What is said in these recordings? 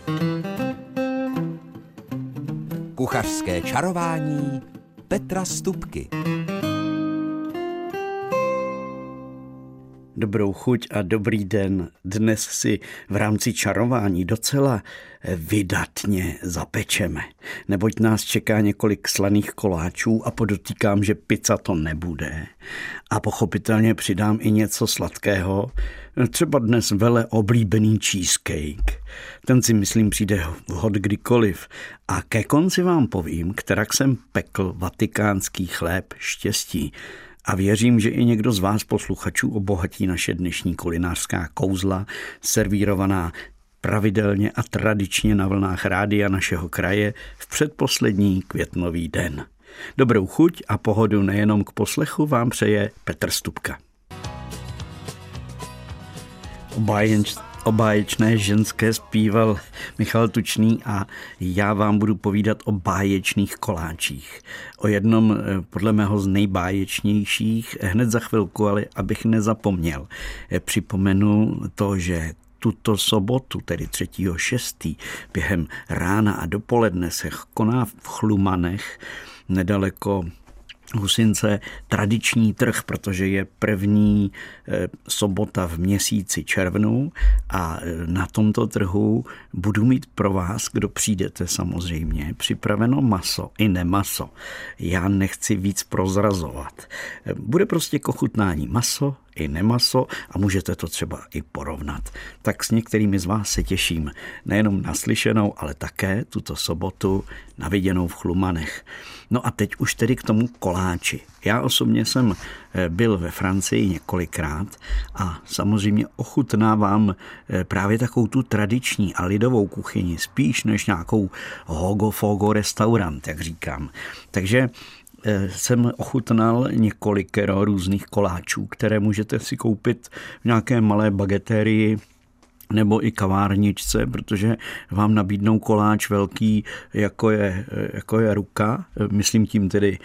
Kuchařské čarování Petra Stupky. Dobrou chuť a dobrý den. Dnes si v rámci čarování docela vydatně zapečeme, neboť nás čeká několik slaných koláčů a podotýkám, že pizza to nebude. A pochopitelně přidám i něco sladkého, třeba dnes vele oblíbený cheesecake. Ten si myslím přijde vhod kdykoliv. A ke konci vám povím, kterak jsem pekl vatikánský chléb štěstí. A věřím, že i někdo z vás posluchačů obohatí naše dnešní kulinářská kouzla, servírovaná pravidelně a tradičně na vlnách rádia našeho kraje v předposlední květnový den. Dobrou chuť a pohodu nejenom k poslechu vám přeje Petr Stupka. Báječné ženské zpíval Michal Tučný a já vám budu povídat o báječných koláčích. O jednom podle mého z nejbáječnějších hned za chvilku, ale abych nezapomněl. Připomenu to, že tuto sobotu, tedy 3.6. během rána a dopoledne se koná v Chlumanech nedaleko Husince tradiční trh, protože je první sobota v měsíci červnu a na tomto trhu budu mít pro vás, kdo přijdete samozřejmě, připraveno maso i nemaso. Já nechci víc prozrazovat. Bude prostě k ochutnání maso i nemaso a můžete to třeba i porovnat. Tak s některými z vás se těším nejenom na slyšenou, ale také tuto sobotu na viděnou v Chlumanech. No a teď už tedy k tomu koláči. Já osobně jsem byl ve Francii několikrát a samozřejmě ochutnávám právě takovou tu tradiční a lidovou kuchyni, spíš než nějakou hogo-fogo restaurant, jak říkám. Takže jsem ochutnal několikero různých koláčů, které můžete si koupit v nějaké malé bagetérii nebo i kavárničce, protože vám nabídnou koláč velký, jako je ruka, myslím tím tedy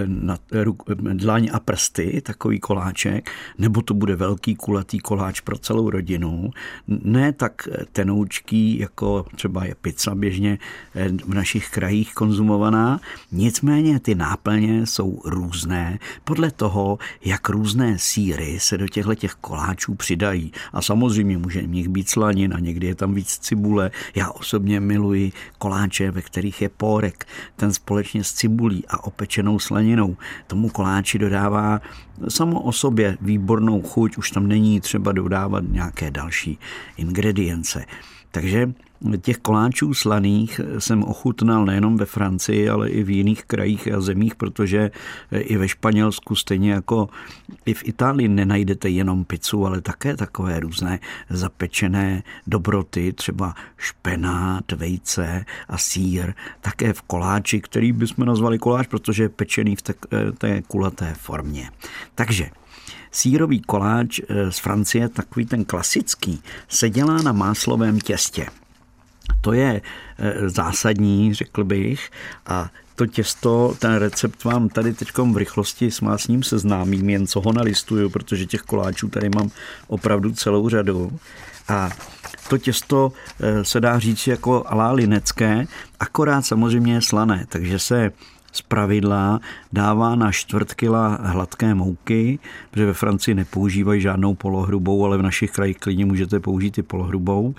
dlaň a prsty, takový koláček, nebo to bude velký kulatý koláč pro celou rodinu. Ne tak tenoučký, jako třeba je pizza běžně v našich krajích konzumovaná, nicméně ty náplně jsou různé podle toho, jak různé sýry se do těchto koláčů přidají. A samozřejmě může v nich být slanina, někdy je tam víc cibule. Já osobně miluji koláče, ve kterých je pórek. Ten společně s cibulí a opečenou slaninou tomu koláči dodává samo o sobě výbornou chuť, už tam není třeba dodávat nějaké další ingredience. Takže těch koláčů slaných jsem ochutnal nejenom ve Francii, ale i v jiných krajích a zemích, protože i ve Španělsku, stejně jako i v Itálii, nenajdete jenom pizzu, ale také takové různé zapečené dobroty, třeba špenát, vejce a sýr, také v koláči, který bychom nazvali koláč, protože je pečený v té kulaté formě. Takže sýrový koláč z Francie, takový ten klasický, se dělá na máslovém těstě. To je zásadní, řekl bych, a to těsto, ten recept vám tady teďkom v rychlosti s másním seznámím, jen co ho nalistuju, protože těch koláčů tady mám opravdu celou řadu. A to těsto se dá říct jako alá linecké, akorát samozřejmě je slané, takže se zpravidla dává na 1/4 kila hladké mouky, protože ve Francii nepoužívají žádnou polohrubou, ale v našich krajích klidně můžete použít i polohrubou.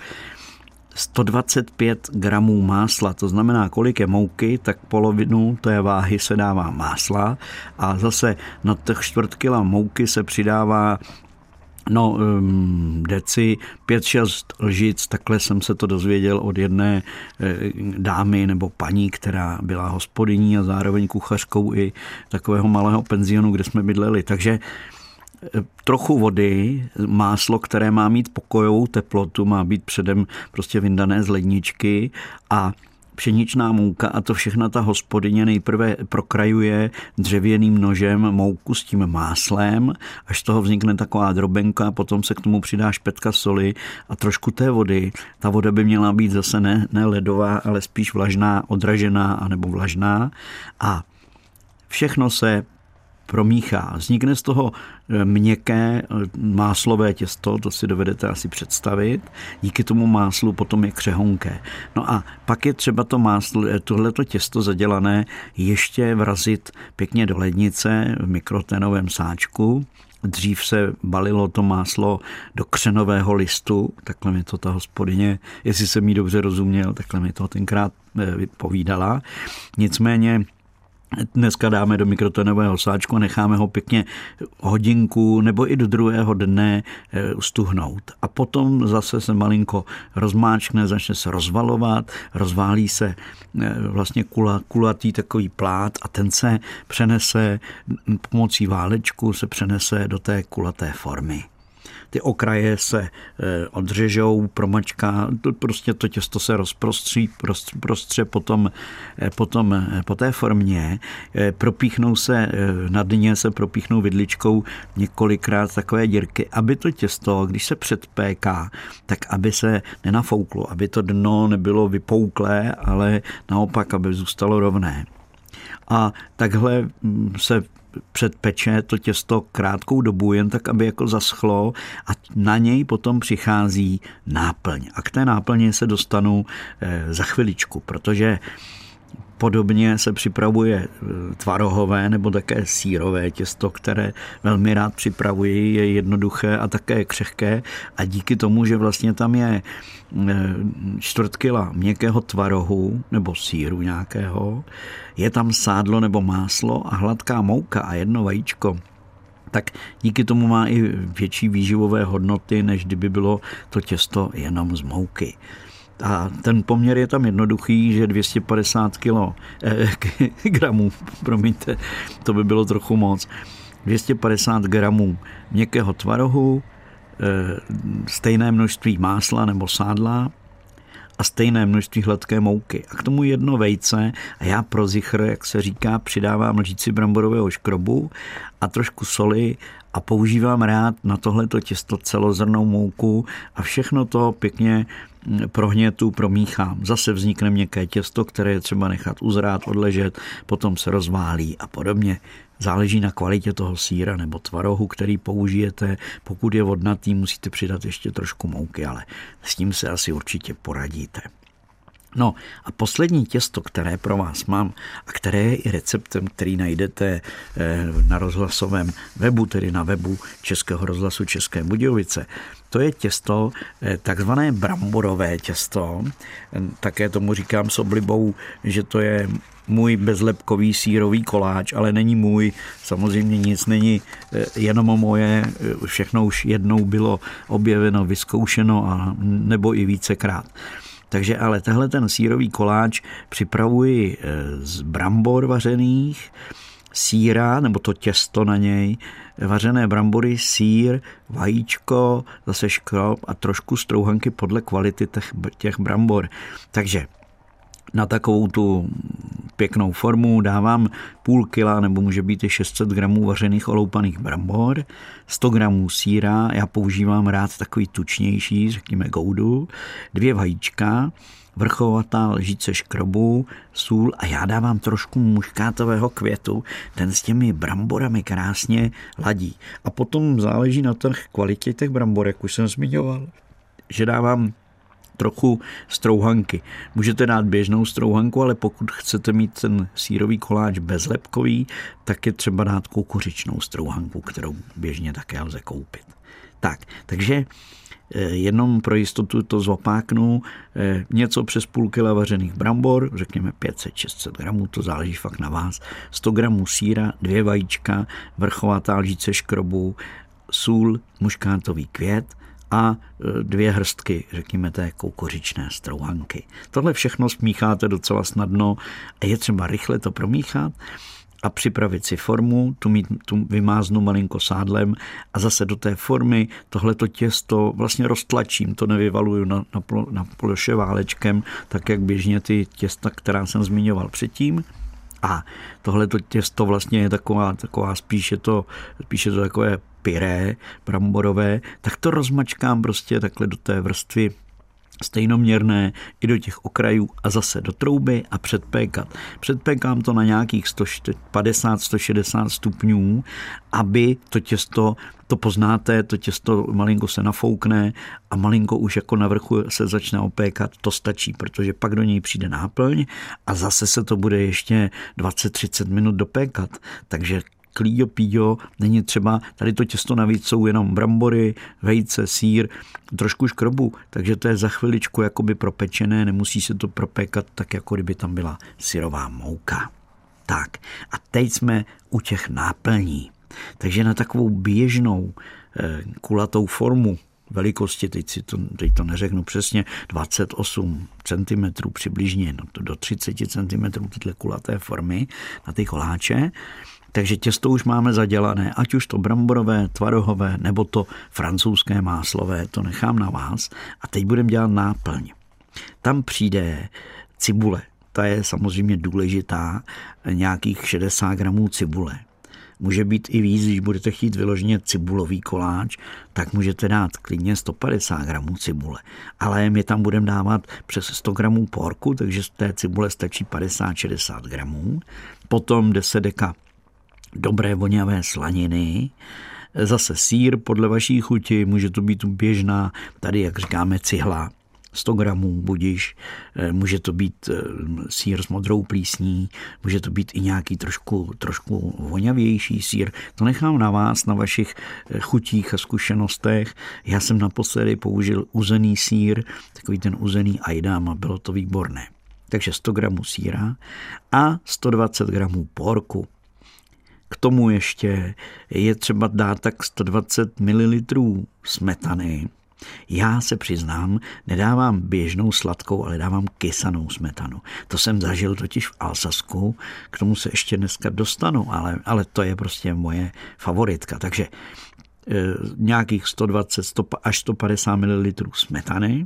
125 gramů másla, to znamená, kolik je mouky, tak polovinu té váhy se dává másla a zase na těch 1/4 kila mouky se přidává deci, 5-6 lžic, takhle jsem se to dozvěděl od jedné dámy nebo paní, která byla hospodyní a zároveň kuchařkou i takového malého penzionu, kde jsme bydleli. Takže trochu vody, máslo, které má mít pokojovou teplotu, má být předem prostě vyndané z ledničky a pšeničná mouka a to všechna ta hospodyně nejprve prokrajuje dřevěným nožem mouku s tím máslem, až z toho vznikne taková drobenka, potom se k tomu přidá špetka soli a trošku té vody. Ta voda by měla být zase ne ledová, ale spíš vlažná, odražená anebo vlažná a všechno se promíchá. Vznikne z toho měkké máslové těsto, to si dovedete asi představit. Díky tomu máslu potom je křehonké. No a pak je třeba tohleto těsto zadělané ještě vrazit pěkně do lednice v mikroténovém sáčku. Dřív se balilo to máslo do křenového listu, takhle mi to ta hospodyně, jestli jsem jí dobře rozuměl, takhle mi to tenkrát povídala. Nicméně dneska dáme do mikroténového sáčku a necháme ho pěkně hodinku nebo i do druhého dne stuhnout. A potom zase se malinko rozmáčkne, začne se rozvalovat, rozválí se vlastně kulatý takový plát a ten se přenese pomocí válečku, se přenese do té kulaté formy. Ty okraje se odřežou, promačká, prostě to těsto se rozprostře po té formě, propíchnou se, na dně se propíchnou vidličkou několikrát takové dírky, aby to těsto, když se předpéká, tak aby se nenafouklo, aby to dno nebylo vypouklé, ale naopak, aby zůstalo rovné. A takhle se předpeče to těsto krátkou dobu, jen tak, aby jako zaschlo a na něj potom přichází náplň. A k té náplni se dostanu za chviličku, protože podobně se připravuje tvarohové nebo také sýrové těsto, které velmi rád připravuji, je jednoduché a také křehké a díky tomu, že vlastně tam je 1/4 kila měkkého tvarohu nebo sýru nějakého, je tam sádlo nebo máslo a hladká mouka a 1 vajíčko, tak díky tomu má i větší výživové hodnoty, než kdyby bylo to těsto jenom z mouky. A ten poměr je tam jednoduchý, že 250 gramů, promiňte, to by bylo trochu moc, 250 gramů měkkého tvarohu, stejné množství másla nebo sádla a stejné množství hladké mouky. A k tomu 1 vejce a já pro zichr, jak se říká, přidávám lžíci bramborového škrobu a trošku soli a používám rád na tohleto těsto celozrnnou mouku a všechno to pěkně prohnětu promíchám. Zase vznikne měkké těsto, které je třeba nechat uzrát, odležet, potom se rozválí a podobně. Záleží na kvalitě toho sýra nebo tvarohu, který použijete. Pokud je vodnatý, musíte přidat ještě trošku mouky, ale s tím se asi určitě poradíte. No a poslední těsto, které pro vás mám a které je i receptem, který najdete na rozhlasovém webu, tedy na webu Českého rozhlasu České Budějovice, to je těsto, takzvané bramborové těsto. Také tomu říkám s oblibou, že to je můj bezlepkový sýrový koláč, ale není můj, samozřejmě nic není jenom moje, všechno už jednou bylo objeveno, vyzkoušeno a nebo i vícekrát. Takže ale tahle ten sýrový koláč připravuji z brambor vařených, sýra, nebo to těsto na něj, vařené brambory, sýr, vajíčko, zase škrob a trošku strouhanky podle kvality těch brambor. Takže na takovou tu pěknou formu dávám 0,5 kila, nebo může být i 600 gramů vařených oloupaných brambor, 100 gramů sýra, já používám rád takový tučnější, řekněme goudu, 2 vajíčka, vrchovatá lžíce škrobu, sůl a já dávám trošku muškátového květu, ten s těmi bramborami krásně ladí. A potom záleží na kvalitě těch brambor, jak už jsem zmiňoval, že dávám trochu strouhanky. Můžete dát běžnou strouhanku, ale pokud chcete mít ten sýrový koláč bezlepkový, tak je třeba dát kukuřičnou strouhanku, kterou běžně také lze koupit. Takže jenom pro jistotu to zopáknu, něco přes 0,5 kila vařených brambor, řekněme 500-600 gramů, to záleží fakt na vás, 100 gramů sýra, 2 vajíčka, vrchovatá lžíce škrobu, sůl, muškátový květ a 2 hrstky, řekněme, té kukuřičné strouhanky. Tohle všechno smícháte docela snadno a je třeba rychle to promíchat a připravit si formu, tu vymáznu malinko sádlem a zase do té formy tohleto těsto vlastně roztlačím, to nevyvaluju na ploše válečkem, tak jak běžně ty těsta, která jsem zmiňoval předtím. A tohleto těsto vlastně je taková spíše to takové pyré bramborové, tak to rozmačkám prostě takhle do té vrstvy stejnoměrné i do těch okrajů a zase do trouby a předpékat. Předpékám to na nějakých 150-160 stupňů, aby to těsto, to poznáte, to těsto malinko se nafoukne a malinko už jako na vrchu se začne opékat, to stačí, protože pak do něj přijde náplň a zase se to bude ještě 20-30 minut dopékat. Takže klíďo píďo, není třeba, tady to těsto navíc jsou jenom brambory, vejce, sýr, trošku škrobu, takže to je za chviličku jakoby propečené, nemusí se to propékat tak, jako kdyby tam byla syrová mouka. Tak a teď jsme u těch náplní. Takže na takovou běžnou kulatou formu velikosti, teď to neřeknu přesně, 28 cm přibližně, no to do 30 cm tyhle kulaté formy na ty koláče. Takže těsto už máme zadělané, ať už to bramborové, tvarohové, nebo to francouzské máslové, to nechám na vás. A teď budeme dělat náplň. Tam přijde cibule, ta je samozřejmě důležitá, nějakých 60 gramů cibule. Může být i víc, když budete chtít vyloženě cibulový koláč, tak můžete dát klidně 150 gramů cibule. Ale my tam budeme dávat přes 100 gramů porku, takže z té cibule stačí 50-60 gramů. Potom 10 deka dobré voňavé slaniny, zase sýr podle vaší chuti, může to být běžná, tady jak říkáme cihla, 100 gramů budiš, může to být sýr s modrou plísní, může to být i nějaký trošku voňavější sýr. To nechám na vás, na vašich chutích a zkušenostech. Já jsem naposledy použil uzený sýr, takový ten uzený ajdám a bylo to výborné. Takže 100 gramů sýra a 120 gramů porku. K tomu ještě je třeba dát tak 120 ml smetany. Já se přiznám, nedávám běžnou sladkou, ale dávám kysanou smetanu. To jsem zažil totiž v Alsasku, k tomu se ještě dneska dostanu, ale to je prostě moje favoritka. Takže nějakých 120 až 150 ml smetany,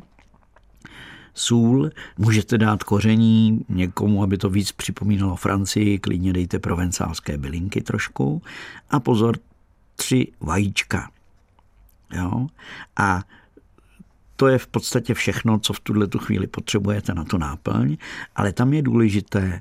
sůl, můžete dát koření někomu, aby to víc připomínalo Francii, klidně dejte provencálské bylinky trošku a pozor, 3 vajíčka. Jo? A to je v podstatě všechno, co v tuto chvíli potřebujete na tu náplň, ale tam je důležité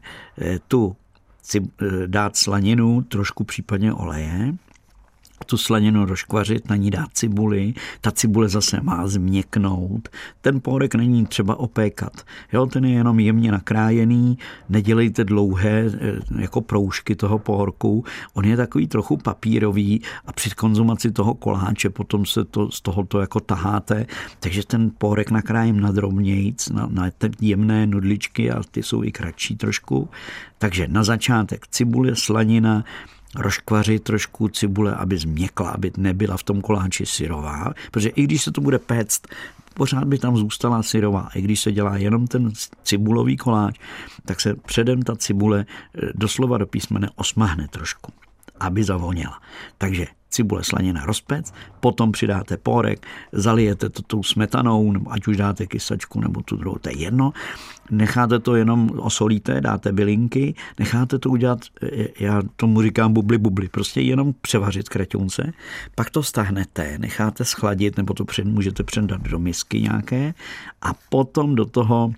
dát slaninu, trošku případně oleje, tu slaninu rozkvařit, na ní dát cibuli, ta cibule zase má změknout, ten pórek není třeba opékat, jo, ten je jenom jemně nakrájený, nedělejte dlouhé jako proužky toho pórku, on je takový trochu papírový a při konzumaci toho koláče potom se z tohoto jako taháte, takže ten pórek nakrájím na drobnějc, na jemné nudličky a ty jsou i kratší trošku, takže na začátek cibule, slanina, rozkvařit trošku cibule, aby změkla, aby nebyla v tom koláči syrová, protože i když se to bude péct, pořád by tam zůstala syrová. I když se dělá jenom ten cibulový koláč, tak se předem ta cibule doslova do písmene osmahne trošku, aby zavoněla. Takže cibule, slanina, rozpec, potom přidáte pórek, zalijete to tou smetanou, nebo ať už dáte kysačku, nebo tu druhou, to je jedno. Necháte to jenom, osolíte, dáte bylinky, necháte to udělat, já tomu říkám bubli, prostě jenom převařit kraťounce, pak to stáhnete, necháte schladit, nebo to můžete předat do misky nějaké a potom do toho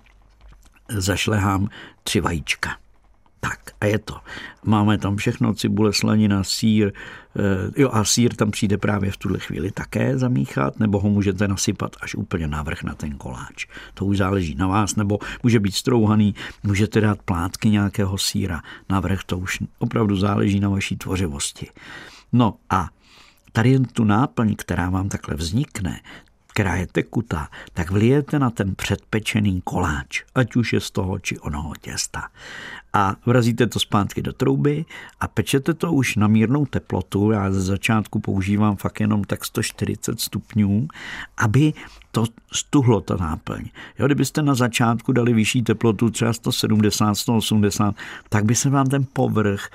zašlehám 3 vajíčka. Tak a je to. Máme tam všechno, cibule, slanina, sýr, a sýr tam přijde právě v tuhle chvíli také zamíchat, nebo ho můžete nasypat až úplně navrch na ten koláč. To už záleží na vás, nebo může být strouhaný, můžete dát plátky nějakého sýra navrch, to už opravdu záleží na vaší tvořivosti. No a tady jen tu náplň, která vám takhle vznikne, která je tekutá, tak vlijete na ten předpečený koláč, ať už je z toho či onoho těsta. A vrazíte to zpátky do trouby a pečete to už na mírnou teplotu. Já ze začátku používám fakt jenom tak 140 stupňů, aby to stuhlo ta náplň. Jo, kdybyste na začátku dali vyšší teplotu, třeba 170, 180, tak by se vám ten povrch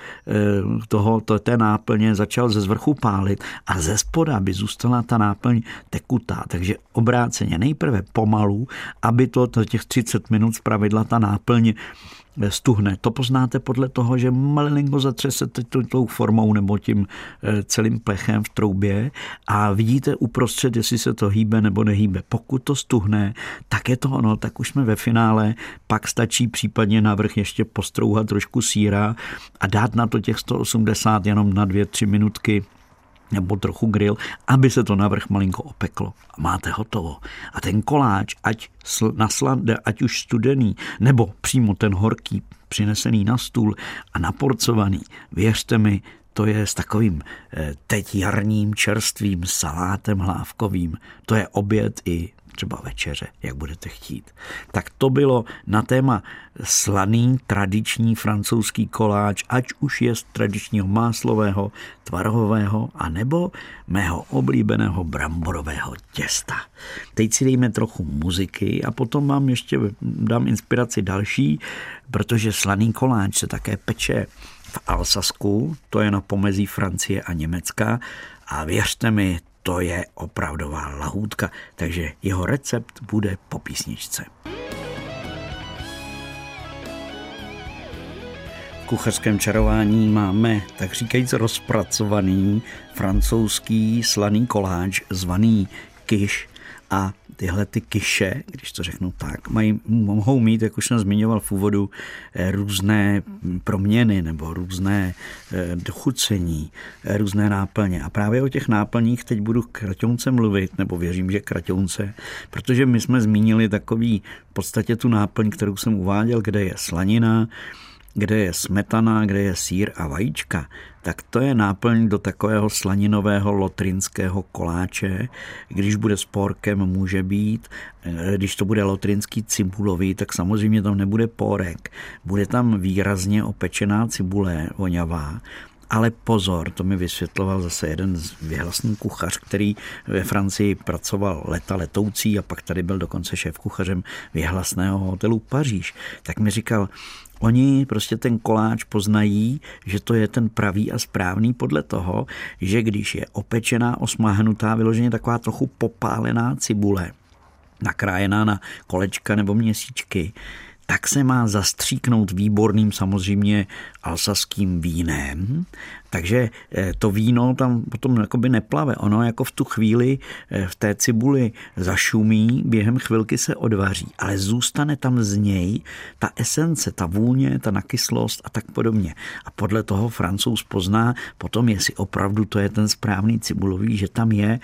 té náplně začal ze zvrchu pálit a ze spoda by zůstala ta náplň tekutá. Takže obráceně nejprve pomalu, aby to těch 30 minut zpravidla ta náplň stuhne. To poznáte podle toho, že malinko zatřesete tou formou nebo tím celým plechem v troubě a vidíte uprostřed, jestli se to hýbe nebo nehýbe. Pokud to stuhne, tak je to ono, tak už jsme ve finále, pak stačí případně navrch ještě postrouhat trošku sýra a dát na to těch 180 jenom na 2-3 minutky nebo trochu grill, aby se to navrch malinko opeklo. A máte hotovo. A ten koláč, ať už studený, nebo přímo ten horký, přinesený na stůl a naporcovaný, věřte mi, to je s takovým teď jarním čerstvým salátem hlávkovým. To je oběd i třeba večeře, jak budete chtít. Tak to bylo na téma slaný tradiční francouzský koláč, ať už je z tradičního máslového, tvarohového, anebo mého oblíbeného bramborového těsta. Teď si dejme trochu muziky a potom vám ještě dám inspiraci další, protože slaný koláč se také peče v Alsasku, to je na pomezí Francie a Německa a věřte mi, to je opravdová lahůdka, takže jeho recept bude po písničce. V kuchařském čarování máme, tak říkajíc, rozpracovaný francouzský slaný koláč zvaný quiche a tyhle ty quiche, když to řeknu tak, mohou mít, jak už jsem zmiňoval v úvodu, různé proměny nebo různé dochucení, různé náplně. A právě o těch náplních teď budu kraťounce mluvit, nebo věřím, že kraťounce, protože my jsme zmínili takový v podstatě tu náplň, kterou jsem uváděl, kde je slanina, kde je smetana, kde je sýr a vajíčka, tak to je náplň do takového slaninového lotrinského koláče. Když bude s pórkem, může být. Když to bude lotrinský cibulový, tak samozřejmě tam nebude pórek. Bude tam výrazně opečená cibule voňavá. Ale pozor, to mi vysvětloval zase jeden věhlasný kuchař, který ve Francii pracoval leta letoucí a pak tady byl dokonce šéfkuchařem věhlasného hotelu Paříž. Tak mi říkal, oni prostě ten koláč poznají, že to je ten pravý a správný podle toho, že když je opečená, osmáhnutá, vyloženě taková trochu popálená cibule, nakrájená na kolečka nebo měsíčky, tak se má zastříknout výborným samozřejmě alsaským vínem. Takže to víno tam potom jakoby neplave. Ono jako v tu chvíli v té cibuli zašumí, během chvilky se odvaří, ale zůstane tam z něj ta esence, ta vůně, ta nakyslost a tak podobně. A podle toho Francouz pozná potom, jestli opravdu to je ten správný cibulový, že tam je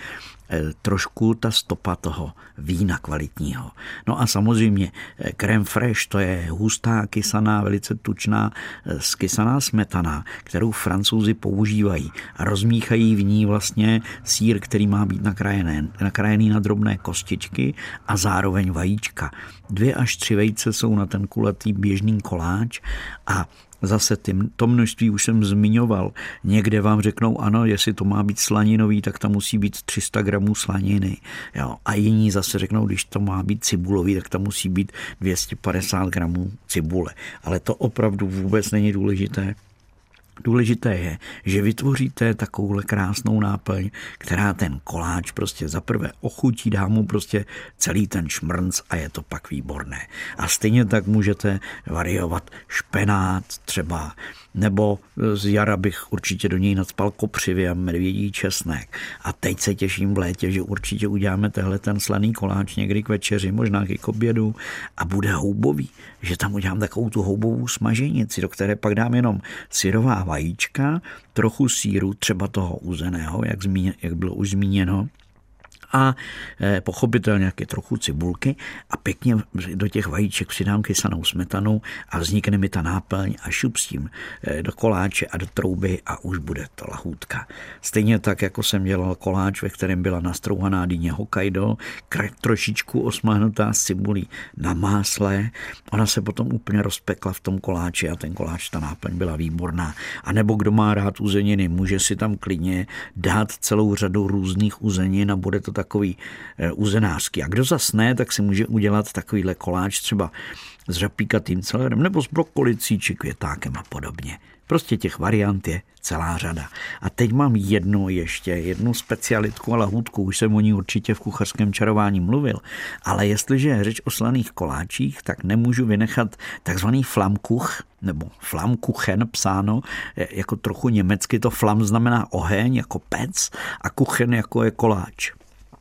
trošku ta stopa toho vína kvalitního. No a samozřejmě crème fraîche, to je hustá, kysaná, velice tučná, skysaná smetana, kterou Francouzi používají a rozmíchají v ní vlastně sýr, který má být nakrájený na drobné kostičky a zároveň vajíčka. 2 až 3 vejce jsou na ten kulatý běžný koláč a zase to množství už jsem zmiňoval. Někde vám řeknou, ano, jestli to má být slaninový, tak tam musí být 300 gramů slaniny. Jo. A jiní zase řeknou, když to má být cibulový, tak tam musí být 250 gramů cibule. Ale to opravdu vůbec není důležité. Důležité je, že vytvoříte takovouhle krásnou náplň, která ten koláč prostě zaprvé ochutí, dá mu prostě celý ten šmrnc a je to pak výborné. A stejně tak můžete variovat špenát třeba, nebo z jara bych určitě do něj nacpal kopřivy a medvědí česnek. A teď se těším v létě, že určitě uděláme tehle ten slaný koláč někdy k večeři, možná i k obědu a bude houbový, že tam udělám takovou tu houbovou smaženici, do které pak dám jenom syrová vajíčka, trochu sýru, třeba toho uzeného, jak bylo už zmíněno, a pochopitelně nějaké trochu cibulky a pěkně do těch vajíček přidám kysanou smetanu a vznikne mi ta náplň a šup s tím do koláče a do trouby a už bude to lahůdka. Stejně tak, jako jsem dělal koláč, ve kterém byla nastrouhaná dýně Hokkaido, trošičku osmahnutá s cibulí na másle. Ona se potom úplně rozpekla v tom koláči a ten koláč, ta náplň byla výborná. A nebo kdo má rád uzeniny, může si tam klidně dát celou řadu různých uzenin a bude to takový uzenářský. A kdo zas ne, tak si může udělat takovýhle koláč třeba s řapíkatým celerem nebo s brokolicí či květákem a podobně. Prostě těch variant je celá řada. A teď mám jednu specialitku a lahůdku, už jsem o ní určitě v kuchařském čarování mluvil, ale jestliže je řeč o slaných koláčích, tak nemůžu vynechat takzvaný Flammkuch, nebo Flammkuchen psáno, jako trochu německy to Flamm znamená oheň, jako pec, a Kuchen jako je koláč.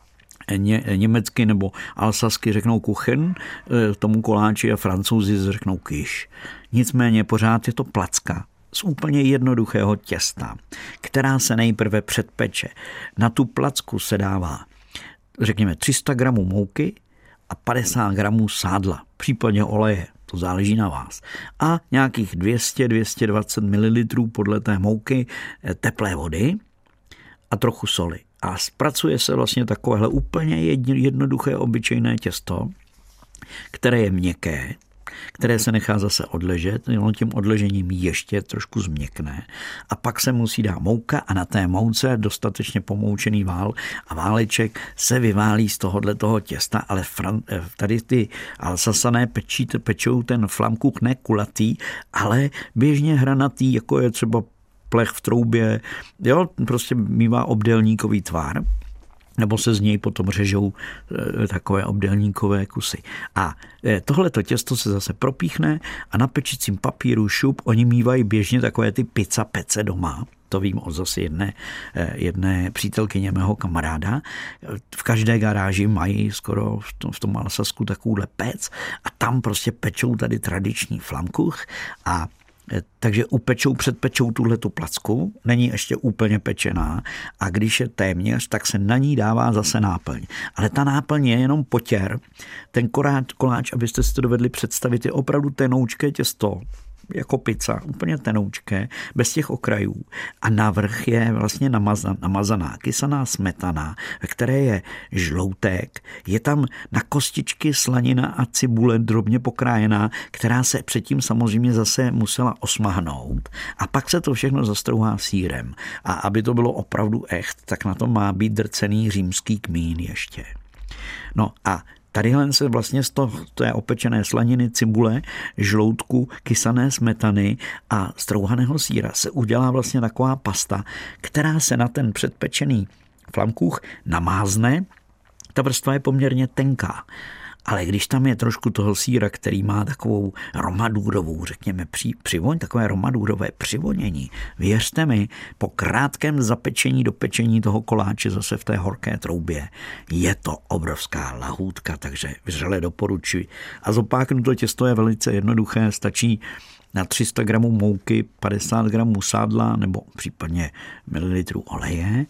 Německy nebo alsasky řeknou Kuchen, tomu koláči, a Francouzi řeknou quiche. Nicméně pořád je to placka z úplně jednoduchého těsta, která se nejprve předpeče. Na tu placku se dává, řekněme, 300 gramů mouky a 50 gramů sádla, případně oleje, to záleží na vás. A nějakých 200-220 ml podle té mouky teplé vody a trochu soli. A zpracuje se vlastně takovéhle úplně jednoduché obyčejné těsto, které je měkké, které se nechá zase odležet, tím odležením ještě trošku změkne a pak se musí dát mouka a na té mouce dostatečně pomoučený vál a váleček se vyválí z toho těsta, ale tady ty Alsasané pečou ten Flammkuch ne kulatý, ale běžně hranatý, jako je třeba plech v troubě, jo, prostě mívá obdélníkový tvar, nebo se z něj potom řežou takové obdélníkové kusy. A tohleto těsto se zase propíchne a na pečicím papíru šup, oni mívají běžně takové ty pizza pece doma, to vím od zase jedné přítelkyně mého kamaráda. V každé garáži mají skoro v tom Alsasku takovouhle pec a tam prostě pečou tady tradiční Flammkuch a takže předpečou tuhletu placku, není ještě úplně pečená a když je téměř, tak se na ní dává zase náplň. Ale ta náplň je jenom potěr. Ten koláč, abyste si to dovedli představit, je opravdu tenoučké těsto, jako pizza, úplně tenoučké, bez těch okrajů. A navrch je vlastně namazaná kysaná smetana, ve které je žloutek, je tam na kostičky slanina a cibule drobně pokrájená, která se předtím samozřejmě zase musela osmahnout a pak se to všechno zastrouhá sýrem. A aby to bylo opravdu echt, tak na to má být drcený římský kmín ještě. No a tadyhle se vlastně z té opečené slaniny, cibule, žloutku, kysané smetany a strouhaného sýra se udělá vlastně taková pasta, která se na ten předpečený Flammkuch namázne. Ta vrstva je poměrně tenká. Ale když tam je trošku toho sýra, který má takovou romadůrovou, řekněme, takové romadůrové přivonění, věřte mi, po krátkém zapečení do pečení toho koláče zase v té horké troubě, je to obrovská lahůdka, takže vřele doporučuji. A zopáknuto těsto je velice jednoduché, stačí na 300 gramů mouky 50 gramů sádla nebo případně mililitrů oleje,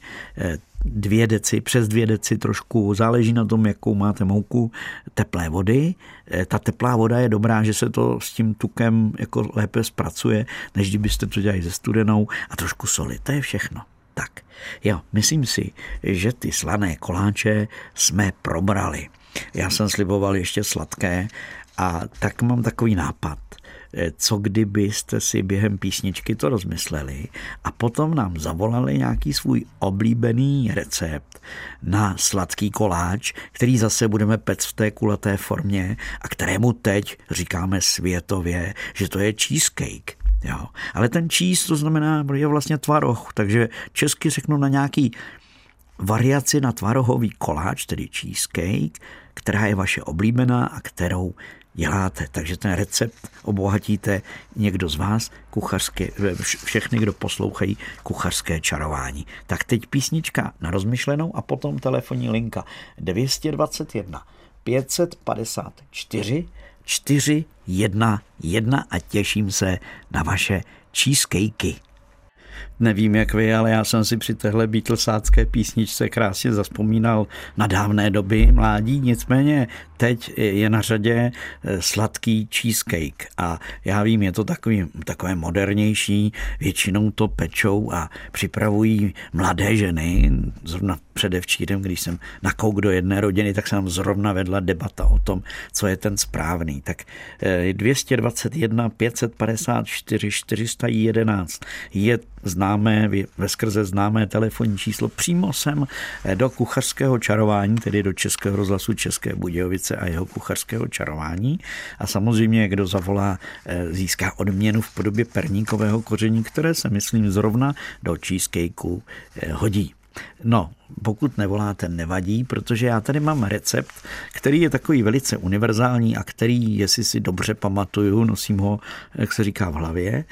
přes 2 deci trošku, záleží na tom, jakou máte mouku, teplé vody. Ta teplá voda je dobrá, že se to s tím tukem jako lépe zpracuje, než kdybyste to dělali se studenou, a trošku soli. To je všechno. Tak, jo, myslím si, že ty slané koláče jsme probrali. Já jsem sliboval ještě sladké a tak mám takový nápad. Co kdybyste si během písničky to rozmysleli a potom nám zavolali nějaký svůj oblíbený recept na sladký koláč, který zase budeme pect v té kulaté formě a kterému teď říkáme světově, že to je cheesecake. Jo. Ale ten cheese, to znamená, je vlastně tvaroh, takže česky řeknu na nějaký variaci na tvarohový koláč, tedy cheesecake, která je vaše oblíbená a kterou děláte. Takže ten recept obohatíte někdo z vás, všechny, kdo poslouchají kuchařské čarování. Tak teď písnička na rozmyšlenou a potom telefonní linka 221 554 411 a těším se na vaše cheesecakey. Nevím, jak vy, ale já jsem si při téhle beatlesácké písničce krásně zavzpomínal na dávné doby mládí, nicméně teď je na řadě sladký cheesecake a já vím, je to takové modernější, většinou to pečou a připravují mladé ženy. Zrovna předevčírem, když jsem nakouk do jedné rodiny, tak se nám zrovna vedla debata o tom, co je ten správný. Tak 221 554 411 je veskrze známé telefonní číslo přímo sem do kuchařského čarování, tedy do Českého rozhlasu České Budějovice a jeho kuchařského čarování. A samozřejmě, kdo zavolá, získá odměnu v podobě perníkového koření, které se, myslím, zrovna do cheesecakeu hodí. No, pokud nevoláte, nevadí, protože já tady mám recept, který je takový velice univerzální a který, jestli si dobře pamatuju, nosím ho, jak se říká, v hlavě,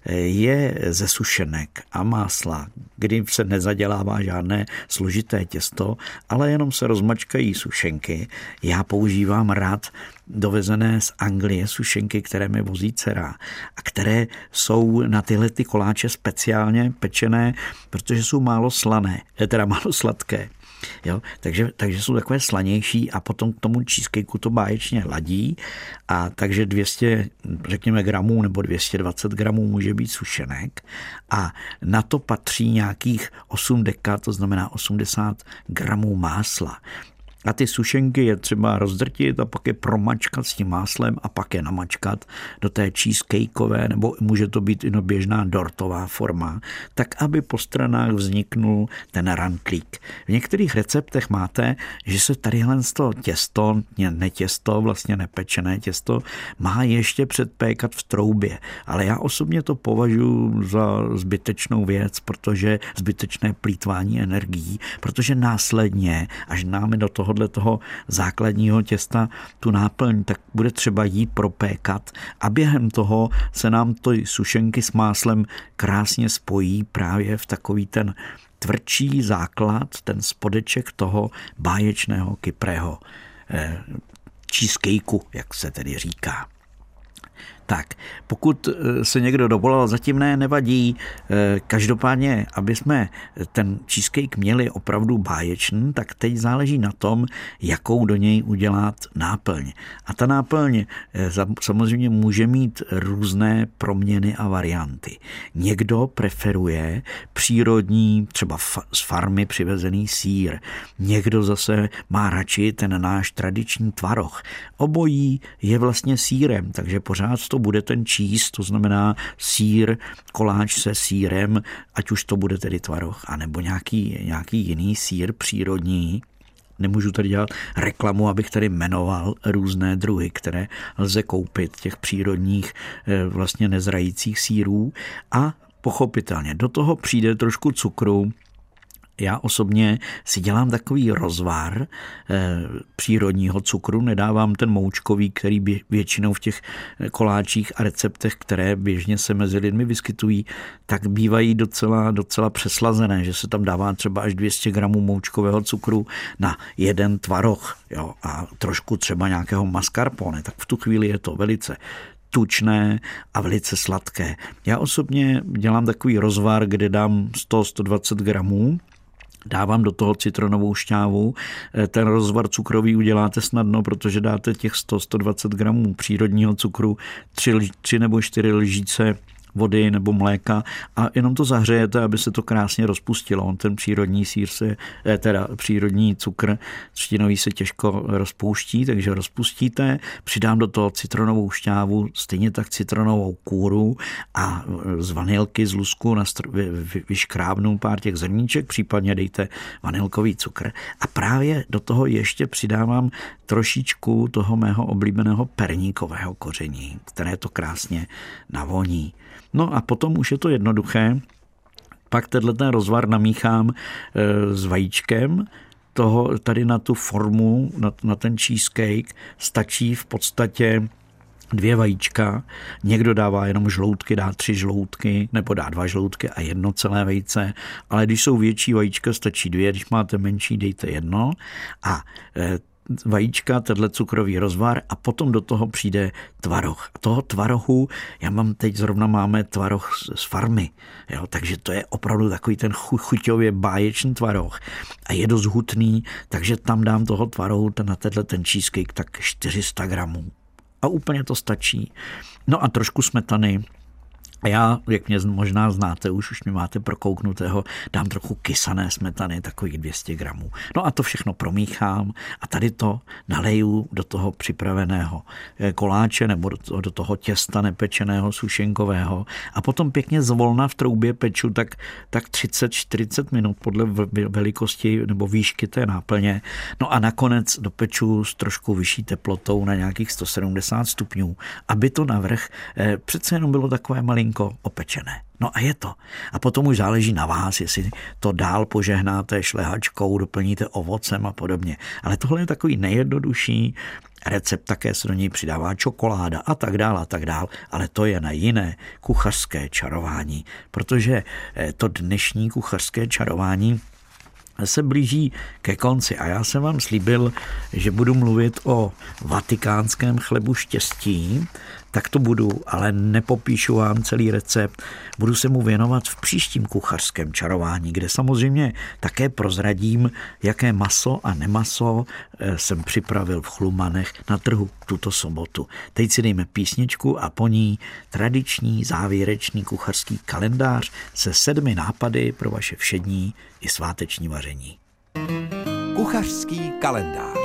je ze sušenek a másla, kdy se nezadělává žádné složité těsto, ale jenom se rozmačkají sušenky. Já používám rád dovezené z Anglie sušenky, které mi vozí dcera a které jsou na tyhle ty koláče speciálně pečené, protože jsou málo slané, teda málo sladké. Jo, takže jsou takové slanější a potom k tomu cheesecakeu to báječně ladí a takže 200, řekněme, gramů nebo 220 gramů může být sušenek a na to patří nějakých 8 deka, to znamená 80 gramů másla. A ty sušenky je třeba rozdrtit a pak je promačkat s tím máslem a pak je namačkat do té cheesecakeové, nebo může to být i běžná dortová forma, tak aby po stranách vzniknul ten rantlík. V některých receptech máte, že se tadyhle to těsto, netěsto, vlastně nepečené těsto, má ještě předpékat v troubě. Ale já osobně to považuji za zbytečnou věc, protože zbytečné plýtvání energií, protože následně, až dáme do toho základního těsta tu náplň, tak bude třeba jí propékat a během toho se nám ty sušenky s máslem krásně spojí právě v takový ten tvrdší základ, ten spodeček toho báječného kyprého cheesecakeu, jak se tedy říká. Tak, pokud se někdo dovolal, zatím nevadí. Každopádně, aby jsme ten cheesecake měli opravdu báječný, tak teď záleží na tom, jakou do něj udělat náplň. A ta náplň samozřejmě může mít různé proměny a varianty. Někdo preferuje přírodní, třeba z farmy přivezený sýr. Někdo zase má radši ten náš tradiční tvaroh. Obojí je vlastně sýrem, takže pořád to bude ten cheese, to znamená sýr, koláč se sýrem, ať už to bude tedy tvaroh, anebo nějaký jiný sýr přírodní. Nemůžu tady dělat reklamu, abych tady jmenoval různé druhy, které lze koupit, těch přírodních vlastně nezrajících sýrů a pochopitelně do toho přijde trošku cukru. Já osobně si dělám takový rozvar přírodního cukru, nedávám ten moučkový, který většinou v těch koláčích a receptech, které běžně se mezi lidmi vyskytují, tak bývají docela přeslazené, že se tam dává třeba až 200 gramů moučkového cukru na jeden tvaroh, jo, a trošku třeba nějakého mascarpone, tak v tu chvíli je to velice tučné a velice sladké. Já osobně dělám takový rozvar, kde dám 100-120 gramů, dávám do toho citronovou šťávu. Ten rozvar cukrový uděláte snadno, protože dáte těch 100-120 gramů přírodního cukru, 3 nebo 4 lžíce vody nebo mléka a jenom to zahřejete, aby se to krásně rozpustilo. On ten přírodní přírodní cukr třtinový se těžko rozpouští, takže rozpustíte, přidám do toho citronovou šťávu, stejně tak citronovou kůru a z vanilky, z lusku vyškrábnu pár těch zrníček, případně dejte vanilkový cukr a právě do toho ještě přidávám trošičku toho mého oblíbeného perníkového koření, které to krásně navoní. No a potom už je to jednoduché. Pak tenhle rozvar namíchám s vajíčkem. Tady na tu formu, na ten cheesecake stačí v podstatě 2 vajíčka. Někdo dává jenom žloutky, dá 3 žloutky, nebo dá 2 žloutky a 1 celé vejce. Ale když jsou větší vajíčka, stačí 2. Když máte menší, dejte 1. A vajíčka, tenhle cukrový rozvar a potom do toho přijde tvaroh. A toho tvarohu, máme tvaroh z farmy, jo, takže to je opravdu takový ten chuťově báječný tvaroh a je dost hutný, takže tam dám toho tvarohu na ten cheesecake tak 400 gramů. A úplně to stačí. No a trošku smetany A já, jak mě možná znáte, už mě máte prokouknutého, dám trochu kysané smetany, takových 200 gramů. No a to všechno promíchám a tady to naleju do toho připraveného koláče nebo do toho těsta nepečeného sušenkového a potom pěkně zvolna v troubě peču tak 30-40 minut podle velikosti nebo výšky té náplně. No a nakonec dopeču s trošku vyšší teplotou na nějakých 170 stupňů, aby to navrch přece jenom bylo takové malinko opečené. No a je to. A potom už záleží na vás, jestli to dál požehnáte šlehačkou, doplníte ovocem a podobně. Ale tohle je takový nejjednodušší recept, také se do něj přidává čokoláda a tak dál, ale to je na jiné kuchařské čarování, protože to dnešní kuchařské čarování se blíží ke konci a já jsem vám slíbil, že budu mluvit o vatikánském chlebu štěstí, tak to budu, ale nepopíšu vám celý recept. Budu se mu věnovat v příštím kuchařském čarování, kde samozřejmě také prozradím, jaké maso a nemaso jsem připravil v Chlumanech na trhu tuto sobotu. Teď si dejme písničku a po ní tradiční závěrečný kuchařský kalendář se 7 nápady pro vaše všední i sváteční vaření. Kuchařský kalendář.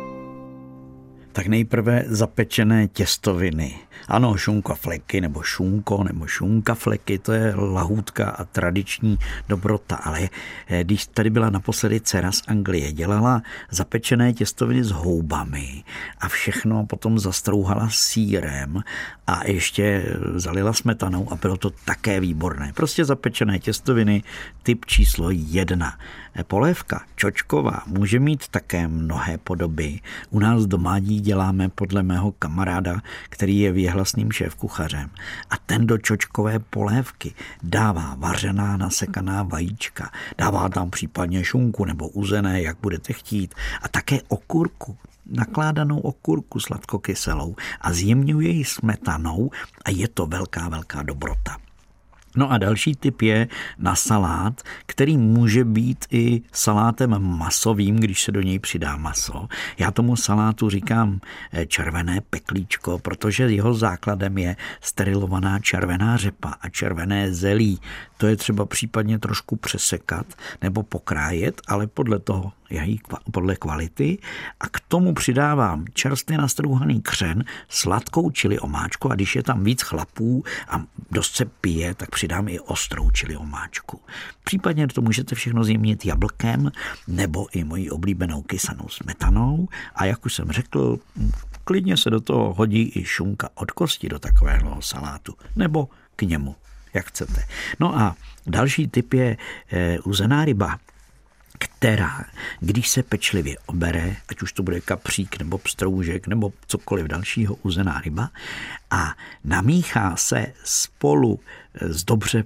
Tak nejprve zapečené těstoviny. Ano, šunkafleky nebo šunko nebo šunkafleky, to je lahůdka a tradiční dobrota, ale když tady byla naposledy dcera z Anglie, dělala zapečené těstoviny s houbami a všechno potom zastrouhala sýrem a ještě zalila smetanou a bylo to také výborné. Prostě zapečené těstoviny, typ číslo 1. Polévka čočková může mít také mnohé podoby. U nás doma děláme podle mého kamaráda, který je věhlasným šéfkuchařem. A ten do čočkové polévky dává vařená nasekaná vajíčka, dává tam případně šunku nebo uzené, jak budete chtít, a také okurku, nakládanou okurku sladkokyselou a zjemňuje ji smetanou a je to velká dobrota. No a další typ je na salát, který může být i salátem masovým, když se do něj přidá maso. Já tomu salátu říkám červené peklíčko, protože jeho základem je sterilovaná červená řepa a červené zelí. To je třeba případně trošku přesekat nebo pokrájet, ale podle kvality. A k tomu přidávám čerstvě nastrouhaný křen, sladkou čili omáčku a když je tam víc chlapů a dost se pije, tak přidám i ostrou čili omáčku. Případně to můžete všechno zjemnit jablkem nebo i mojí oblíbenou kysanou smetanou a jak už jsem řekl, klidně se do toho hodí i šunka od kosti do takového salátu nebo k němu, jak chcete. No a další typ je uzená ryba, která, když se pečlivě obere, ať už to bude kapřík nebo pstroužek nebo cokoliv dalšího, uzená ryba, a namíchá se spolu s dobře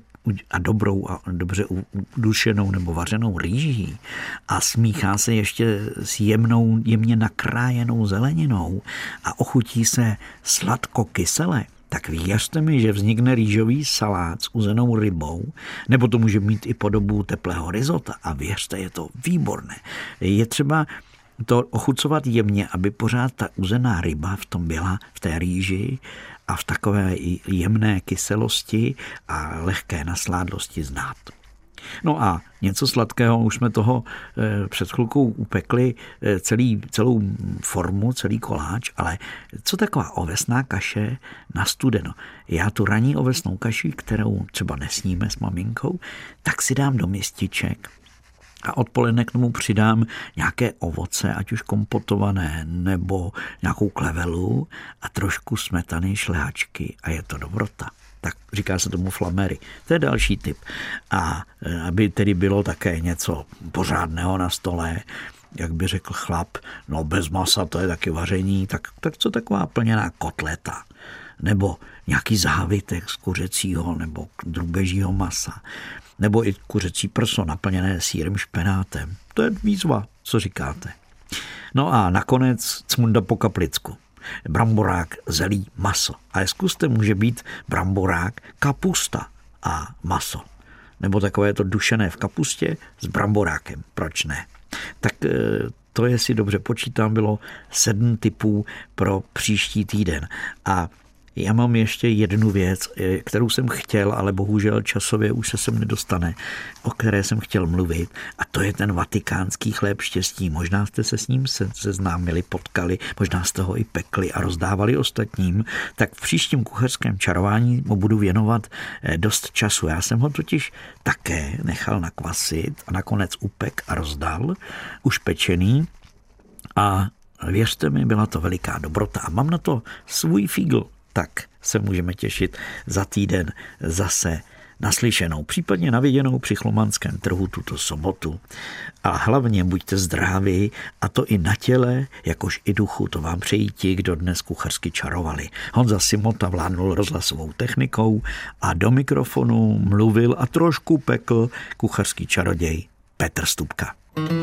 udušenou nebo vařenou rýží a smíchá se ještě s jemně nakrájenou zeleninou a ochutí se sladko-kysele, tak věřte mi, že vznikne rýžový salát s uzenou rybou, nebo to může mít i podobu teplého risota a věřte, je to výborné. Je třeba to ochucovat jemně, aby pořád ta uzená ryba v tom byla, v té rýži a v takové jemné kyselosti a lehké nasládlosti znát. No a něco sladkého, už jsme toho před chvilkou upekli celou formu, celý koláč, ale co taková ovesná kaše na studeno? Já tu ranní ovesnou kaši, kterou třeba nesníme s maminkou, tak si dám do mističek a odpoledne k tomu přidám nějaké ovoce, ať už kompotované nebo nějakou klevelu a trošku smetany, šlehačky a je to dobrota. Tak říká se tomu flamery. To je další typ. A aby tedy bylo také něco pořádného na stole, jak by řekl chlap, no bez masa to je taky vaření, tak co taková plněná kotleta, nebo nějaký závitek z kuřecího nebo drůbežího masa, nebo i kuřecí prso naplněné sýrem špenátem. To je výzva, co říkáte. No a nakonec cmunda po kaplicku. Bramborák, zelí, maso. Ale zkuste, může být bramborák, kapusta a maso. Nebo takové to dušené v kapustě s bramborákem. Proč ne? Tak to, jestli dobře počítám, bylo 7 typů pro příští týden. A Já mám ještě jednu věc, kterou jsem chtěl, ale bohužel časově už se sem nedostane, o které jsem chtěl mluvit, a to je ten vatikánský chléb štěstí. Možná jste se s ním seznámili, potkali, možná jste ho i pekli a rozdávali ostatním, tak v příštím kuchařském čarování mu budu věnovat dost času. Já jsem ho totiž také nechal nakvasit a nakonec upek a rozdal, už pečený, a věřte mi, byla to veliká dobrota a mám na to svůj fígl. Tak se můžeme těšit za týden zase naslyšenou, případně naviděnou při Chlomanském trhu tuto sobotu. A hlavně buďte zdraví, a to i na těle, jakož i duchu, to vám přejí ti, kdo dnes kuchařsky čarovali. Honza Simota vládnul rozhlasovou technikou a do mikrofonu mluvil a trošku pekl kuchařský čaroděj Petr Stupka.